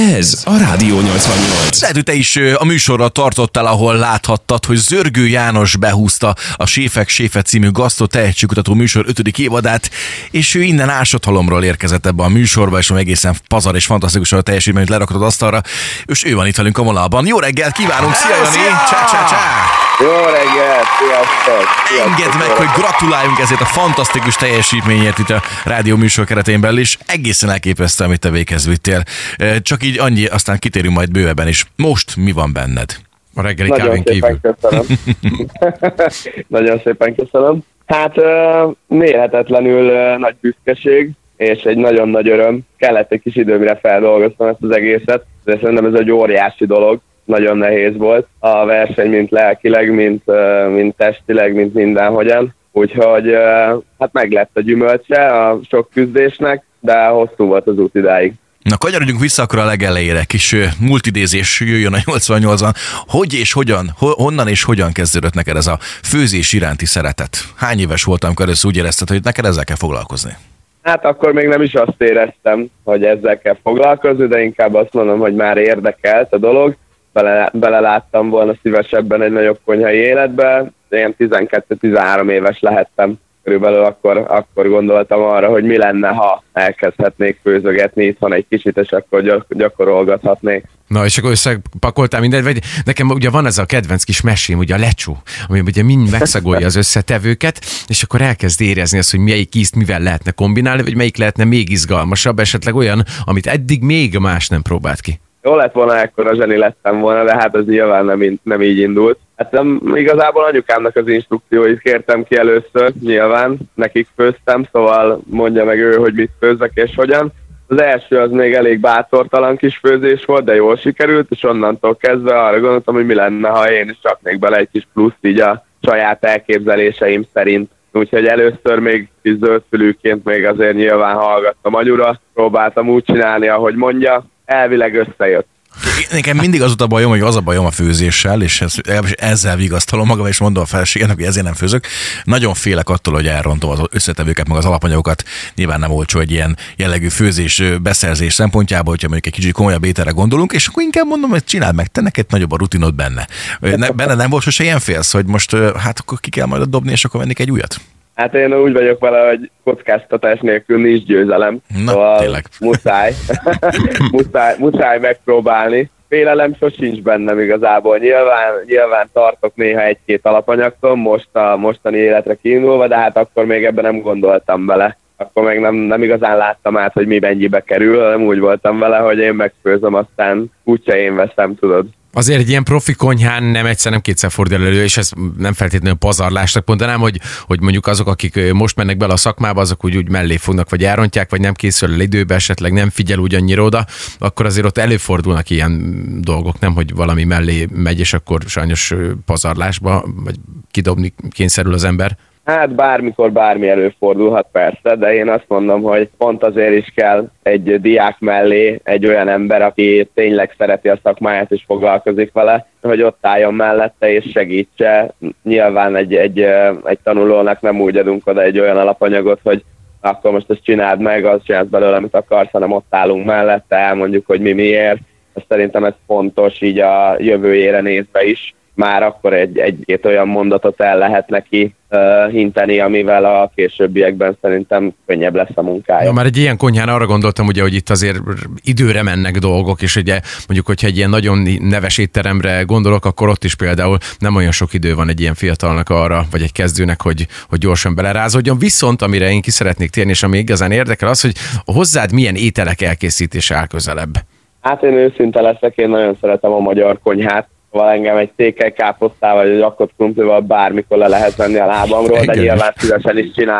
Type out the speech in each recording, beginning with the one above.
Ez a Rádió 88. Lehet, hogy te is a műsorra tartottál, ahol láthattad, hogy Zörgő János behúzta a Séfek Séfe című gasztro tehetségkutató műsor 5. évadát, és ő innen Ásathalomról érkezett ebbe a műsorba, és egészen pazar és fantasztikusan a teljesítményt lerakott az asztalra, és ő van itt velünk a vonalban. Jó reggelt kívánunk! Szia, Jani! Csá! Jó reggelt! Sziasztok! Engedd meg, hogy gratuláljunk ezért a fantasztikus teljesítményért itt a rádió műsor keretén belül is. Egészen elképesztő, amit te véghez vittél. Csak így annyi, aztán kitérünk majd bővebben is. Most mi van benned? A reggeli kávén kívül. Nagyon szépen köszönöm. Hát mérhetetlenül nagy büszkeség, és egy nagyon nagy öröm. Kellett egy kis idő, mire feldolgoztam ezt az egészet, de szerintem ez egy óriási dolog. Nagyon nehéz volt a verseny, mint lelkileg, mint testileg, mint mindenhogyan. Úgyhogy hát meglett a gyümölcse a sok küzdésnek, de hosszú volt az út idáig. Na, kanyarodjunk vissza akkor a legelejére, kis multidézés jöjjön a 88-an. Hogy és hogyan, honnan és hogyan kezdődött neked ez a főzés iránti szeretet? Hány éves voltam, amikor először úgy érezted, hogy neked ezzel kell foglalkozni? Hát akkor még nem is azt éreztem, hogy ezzel kell foglalkozni, de inkább azt mondom, hogy már érdekelt a dolog. Beleláttam volna szívesebben egy nagyobb konyhai életbe, de én 12-13 éves lehettem. Körülbelül akkor gondoltam arra, hogy mi lenne, ha elkezdhetnék főzögetni itthon egy kicsit, és akkor gyakorolgathatnék. Na, és akkor összepakoltál mindent, vagy nekem ugye van ez a kedvenc kis mesém, ugye a lecsó, ami ugye mind megszagolja az összetevőket, és akkor elkezd érezni azt, hogy melyik ízt mivel lehetne kombinálni, vagy melyik lehetne még izgalmasabb, esetleg olyan, amit eddig még más nem próbált ki. Jó lett volna, ekkora zseni lettem volna, de hát ez nyilván nem így indult. Hát igazából anyukámnak az instrukcióit kértem ki először, nyilván, nekik főztem, szóval mondja meg ő, hogy mit főzzek és hogyan. Az első az még elég bátortalan kis főzés volt, de jól sikerült, és onnantól kezdve arra gondoltam, hogy mi lenne, ha én is csapnék bele egy kis pluszt így a saját elképzeléseim szerint. Úgyhogy először még kis zöldfülűként még azért nyilván hallgattam agyura, próbáltam úgy csinálni, ahogy mondja, elvileg összejött. Nekem mindig az a bajom, hogy az a bajom a főzéssel, és ezzel vigasztalom magam, és mondom a feleségemnek, hogy ezért nem főzök. Nagyon félek attól, hogy elrontom az összetevőket, meg az alapanyagokat. Nyilván nem olcsó egy ilyen jellegű főzés, beszerzés szempontjából, hogyha mondjuk egy kicsit komolyabb ételre gondolunk, és akkor inkább mondom, hogy csináld meg, te neked nagyobb a rutinod benne. Benne nem volt sose ilyen félsz, hogy most hát akkor ki kell majd dobni, és akkor vennék egy újat? Hát én úgy vagyok vele, hogy kockáztatás nélkül nincs győzelem. Na, szóval tényleg. muszáj megpróbálni. Félelem sosincs bennem igazából. Nyilván tartok néha egy-két alapanyagtól, most a mostani életre kiindulva, de hát akkor még ebben nem gondoltam bele. Akkor meg nem igazán láttam át, hogy mi mennyibe kerül, hanem úgy voltam vele, hogy én megfőzöm, aztán úgyse én veszem, tudod. Azért egy ilyen profi konyhán nem egyszer, nem kétszer fordul elő, és ez nem feltétlenül pazarlásnak mondanám, hogy mondjuk azok, akik most mennek bele a szakmába, azok úgy mellé fognak, vagy elrontják, vagy nem készül el időbe, esetleg nem figyel úgy annyira oda, akkor azért ott előfordulnak ilyen dolgok, nem, hogy valami mellé megy, és akkor sajnos pazarlásba, vagy kidobni kényszerül az ember. Hát bármikor bármi előfordulhat persze, de én azt mondom, hogy pont azért is kell egy diák mellé egy olyan ember, aki tényleg szereti a szakmáját és foglalkozik vele, hogy ott álljon mellette és segítse. Nyilván egy tanulónak nem úgy adunk oda egy olyan alapanyagot, hogy akkor most ezt csináld meg, azt csinálsz belőle, amit akarsz, hanem ott állunk mellette, elmondjuk, hogy mi miért. Szerintem ez fontos így a jövőjére nézve is. Már akkor egy-két olyan mondatot el lehet neki hinteni, amivel a későbbiekben szerintem könnyebb lesz a munkája. Na, már egy ilyen konyhán arra gondoltam, ugye, hogy itt azért időre mennek dolgok, és ugye mondjuk, hogyha egy ilyen nagyon neves étteremre gondolok, akkor ott is például nem olyan sok idő van egy ilyen fiatalnak arra, vagy egy kezdőnek, hogy gyorsan belerázódjon. Viszont amire én ki szeretnék térni, és ami igazán érdekel, az, hogy hozzád milyen ételek elkészítése áll közelebb. Hát én őszinte leszek, én nagyon szeretem a magyar konyhát. Engem egy székelykáposztával, vagy egy rakott krumplival bármikor le lehet venni a lábamról, de nyilván szívesen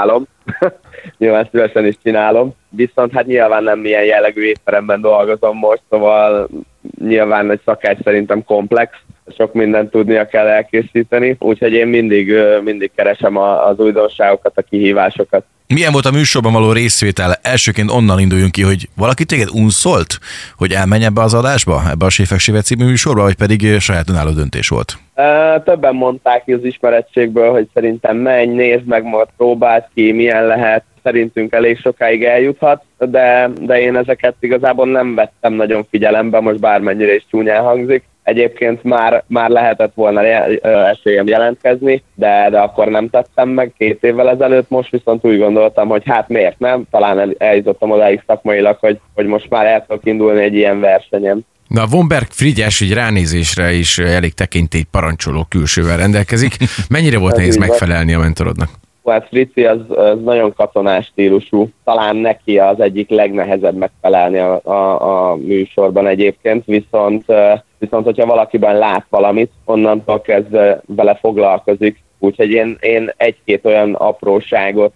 is csinálom. Viszont hát nyilván nem milyen jellegű étteremben dolgozom most, szóval nyilván egy szakács szerintem komplex, sok mindent tudnia kell elkészíteni, úgyhogy én mindig keresem az újdonságokat, a kihívásokat. Milyen volt a műsorban való részvétel? Elsőként onnan induljunk ki, hogy valaki téged unszolt, hogy elmenj ebbe az adásba, ebbe a Séfek Séfe című műsorba, vagy pedig saját önálló döntés volt? Többen mondták az ismerettségből, hogy szerintem menj, nézd meg, majd próbáld ki, milyen lehet. szerintünk elég sokáig eljuthat, de én ezeket igazából nem vettem nagyon figyelembe, most bármennyire is csúnyán hangzik. Egyébként már lehetett volna esélyem jelentkezni, de akkor nem tettem meg 2 évvel ezelőtt, most viszont úgy gondoltam, hogy hát miért nem, talán eljutottam odáig szakmailag, hogy most már el tudok indulni egy ilyen versenyen. Na, a Vomberg Frigyes így ránézésre is elég tekintély parancsoló külsővel rendelkezik. Mennyire volt nehéz megfelelni a mentorodnak? Hát Frici az nagyon katonás stílusú. Talán neki az egyik legnehezebb megfelelni a műsorban egyébként, viszont hogyha valakiben lát valamit, onnantól kezdve vele foglalkozik. Úgyhogy én 1-2 olyan apróságot,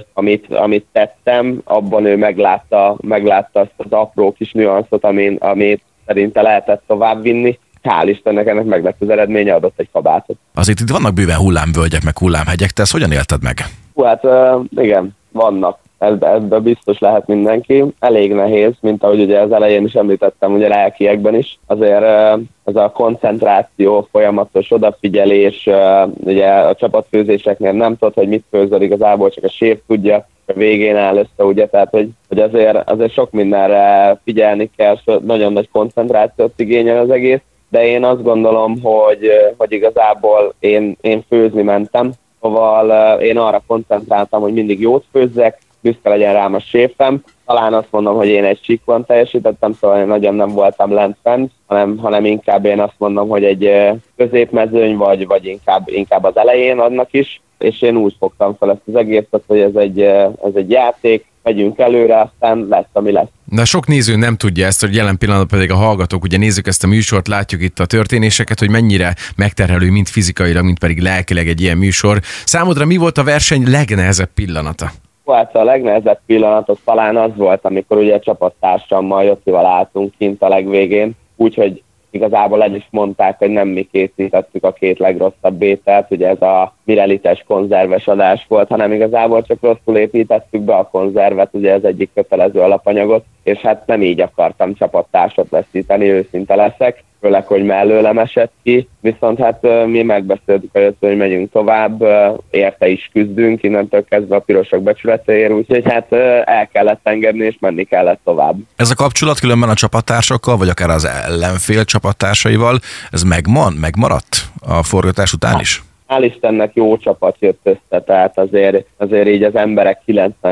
amit tettem, abban ő meglátta azt az apró kis nüanszot, amit szerinte lehetett továbbvinni. Hál' Istennek ennek meg lett az eredménye, adott egy kabátot. Azért itt vannak bőven hullámvölgyek, meg hullámhegyek, te ezt hogyan élted meg? Hát igen, vannak. Ebben biztos lehet mindenki. Elég nehéz, mint ahogy ugye az elején is említettem, ugye lelkiekben is. Azért ez a koncentráció, folyamatos odafigyelés, ugye a csapatfőzéseknél nem tudod, hogy mit főzöl igazából, csak a séf tudja, a végén áll össze, ugye, tehát hogy azért sok mindenre figyelni kell, nagyon nagy koncentrációt igényel az egész, de én azt gondolom, hogy igazából én főzni mentem, szóval én arra koncentráltam, hogy mindig jót főzzek, büszke legyen rám a séfem. Talán azt mondom, hogy én egy síkon teljesítettem, szóval én nagyon nem voltam lent fent, hanem inkább én azt mondom, hogy egy középmezőny, vagy inkább az elején annak is, és én úgy fogtam fel ezt az egészet, hogy ez egy játék, megyünk előre, aztán lesz, ami lesz. De sok néző nem tudja ezt, hogy jelen pillanatban pedig a hallgatók, ugye nézzük ezt a műsort, látjuk itt a történéseket, hogy mennyire megterhelő, mind fizikailag, mind pedig lelkileg egy ilyen műsor. Számodra mi volt a verseny legnehezebb pillanata? Hát a legnehezebb pillanat az talán az volt, amikor ugye csapattársammal, Jocival álltunk kint a legvégén, úgyhogy igazából el is mondták, hogy nem mi készítettük a 2 legrosszabb ételt, ugye ez a mirelites konzerves adás volt, hanem igazából csak rosszul építettük be a konzervet, ugye ez egyik kötelező alapanyagot, és hát nem így akartam csapattársat veszíteni, őszinte leszek, főleg, hogy mellőlem esett ki, viszont hát mi megbeszéltük a Jocsi, hogy megyünk tovább, érte is küzdünk, innentől kezdve a pirosok becsületéért, úgyhogy hát el kellett engedni, és menni kellett tovább. Ez a kapcsolat különben a csapattársakkal, vagy akár az ellenfél csapattársaival, ez megmaradt a forgatás után is? Hál' Istennek jó csapat jött össze, tehát azért így az emberek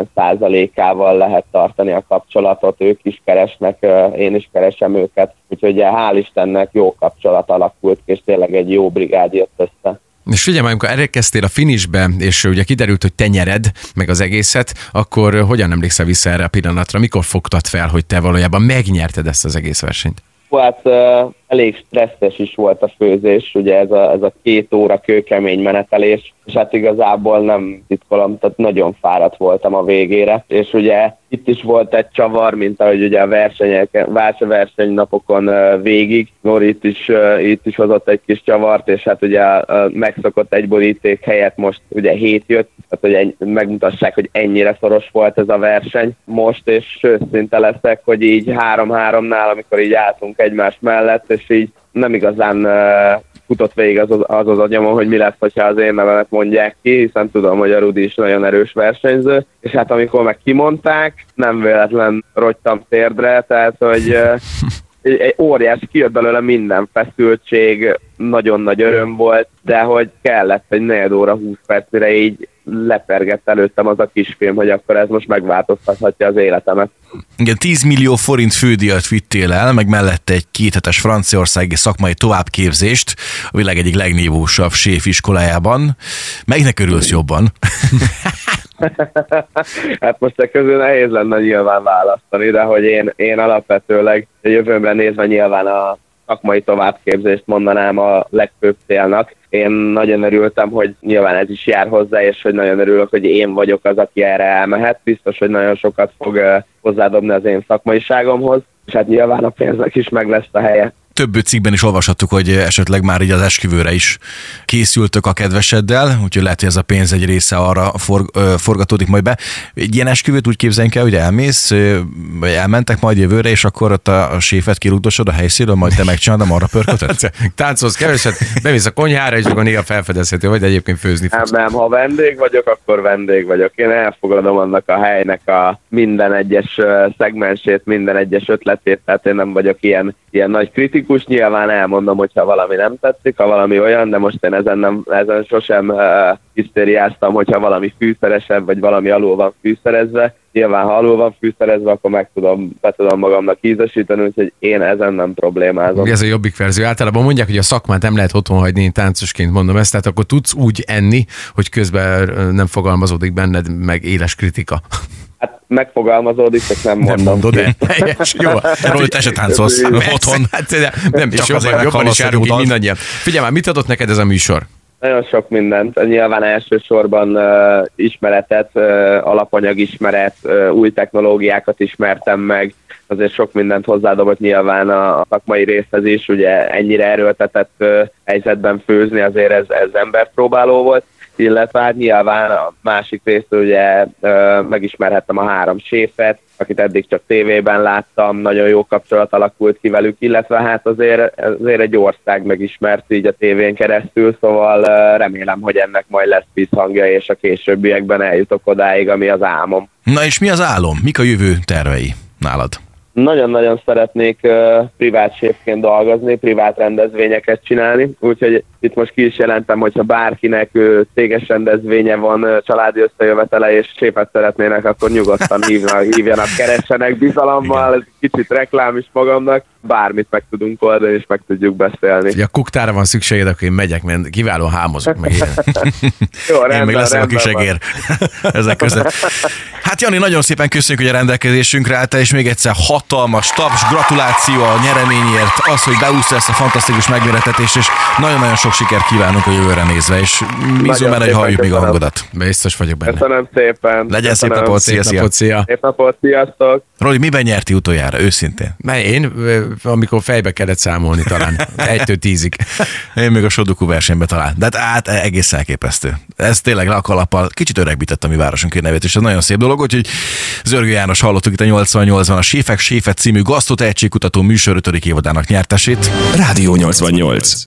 90%-ával lehet tartani a kapcsolatot, ők is keresnek, én is keresem őket, úgyhogy hál' Istennek jó kapcsolat alakult, és tényleg egy jó brigád jött össze. És figyelj, amikor elérkeztél a finishbe, és ugye kiderült, hogy te nyered meg az egészet, akkor hogyan emlékszel vissza erre a pillanatra? Mikor fogtad fel, hogy te valójában megnyerted ezt az egész versenyt? Hát elég stresszes is volt a főzés, ugye ez a 2 óra kőkemény menetelés, és hát igazából nem titkolom, tehát nagyon fáradt voltam a végére, és ugye itt is volt egy csavar, mint ahogy ugye a versenynapokon végig, Nori itt is hozott egy kis csavart, és hát ugye a megszokott egy boríték helyett most ugye 7 jött, tehát hogy megmutassák, hogy ennyire szoros volt ez a verseny most, és őszinte leszek, hogy így 3-3-nál, amikor így álltunk egymás mellett, és így nem igazán futott végig az agyamon, hogy mi lesz, hogyha az én nevemet mondják ki, hiszen tudom, hogy a Rudi is nagyon erős versenyző, és hát amikor meg kimondták, nem véletlen rogytam térdre, tehát hogy egy óriási, kijött belőle minden feszültség, nagyon nagy öröm volt, de hogy kellett egy 4 óra 20 percre így lepergett előttem az a kisfilm, hogy akkor ez most megváltoztathatja az életemet. Igen, 10 millió forint fődíjat vittél el, meg mellette egy 2 hetes franciaországi szakmai továbbképzést a világ egyik legnívósabb séfiskolájában. Melyiknek örülsz jobban? Hát most e közül nehéz lenne nyilván választani, de hogy én alapvetőleg a jövőben nézve nyilván a szakmai továbbképzést mondanám a legfőbb célnak. Én nagyon örültem, hogy nyilván ez is jár hozzá, és hogy nagyon örülök, hogy én vagyok az, aki erre elmehet. Biztos, hogy nagyon sokat fog hozzádobni az én szakmaiságomhoz, és hát nyilván a pénznek is meg lesz a helye. több cikkben is olvashattuk, hogy esetleg már így az esküvőre is készültök a kedveseddel, úgyhogy lehet, hogy ez a pénz egy része arra forgatódik majd be. Egy ilyen esküvőt úgy képzeljünk el, hogy elmész, vagy elmentek majd jövőre, és akkor ott a séfet kirúgdosod a helyszínről, majd te megcsinálod a marra pörkötöt? Táncolsz keveset, bemész a konyhára, és akkor néha felfedezhető, vagy egyébként főzni fogsz. Nem, ha vendég vagyok, akkor vendég vagyok. Én elfogadom annak a helynek a minden egyes szegmensét, minden egyes ötletét, tehát én nem vagyok ilyen nagy kritikus. Nyilván elmondom, hogyha valami nem tetszik, ha valami olyan, de most én ezen sosem hisztériáztam, hogyha valami fűszeresebb, vagy valami alul van fűszerezve. Nyilván, ha alul van fűszerezve, akkor be tudom magamnak ízesíteni, úgyhogy én ezen nem problémázom. Ez a jobbik verzió. Általában mondják, hogy a szakmát nem lehet otthon hagyni, én táncosként mondom ezt, tehát akkor tudsz úgy enni, hogy közben nem fogalmazódik benned meg éles kritika. Hát megfogalmazódik, csak nem mondom. Nem mondod, de helyes, jó. Róla te se táncolsz otthon. Hát, nem, és jobban is járunk így mindannyian. Figyelj már, mit adott neked ez a műsor? Nagyon sok mindent. Nyilván elsősorban ismeretet, alapanyagismeret, új technológiákat ismertem meg. Azért sok mindent hozzádobott nyilván a szakmai részhez is. Ugye ennyire erőltetett helyzetben főzni, azért ez emberpróbáló volt. Illetve hát nyilván a másik részről ugye megismerhettem a 3 séfet, akit eddig csak tévében láttam, nagyon jó kapcsolat alakult ki velük, illetve hát azért egy ország megismert így a tévén keresztül, szóval remélem, hogy ennek majd lesz visszhangja, és a későbbiekben eljutok odáig, ami az álmom. Na és mi az álom? Mik a jövő tervei nálad? Nagyon-nagyon szeretnék privát séfként dolgozni, privát rendezvényeket csinálni, úgyhogy itt most ki is jelentem, hogyha bárkinek céges rendezvénye van, családi összejövetele és séfet szeretnének, akkor nyugodtan hívjanak, keressenek bizalommal, ez kicsit reklám is magamnak, bármit meg tudunk oldani, és meg tudjuk beszélni. A kuktára van szükséged, akkor én megyek, mert kiváló hámozok meg ilyen. Jó, rendben, én meg leszek a kisegér ezek között. Hát Jani, nagyon szépen köszönjük, hogy a rendelkezésünkre álltál, és még egyszer hatalmas taps, gratuláció a nyereményért, az, hogy beúszta ezt a fantasztikus megmérettetést, és nagyon-nagyon sok sikert kívánunk a jövőre nézve, és bízom benne, hogy halljuk még a hangodat. Biztos vagyok benne. Köszönöm szépen. Legyen szép napot, szia. Szép napot, sziasztok. Roli, miben nyerti utoljára, őszintén? Mert én, amikor fejbe kellett számolni talán, 1-től 10-ig. Én még a Sudoku versenyben talán, de hát egész elképesztő. Ez tényleg le a kalappal kicsit öregbített a mi városunk nevét, és ez nagyon szép dolog, úgyhogy Zörgő János hallottuk itt a 88-ban a Séfek Séfet című gasztrotehetségkutató műsor 5. évadának nyertesét. Rádió 88.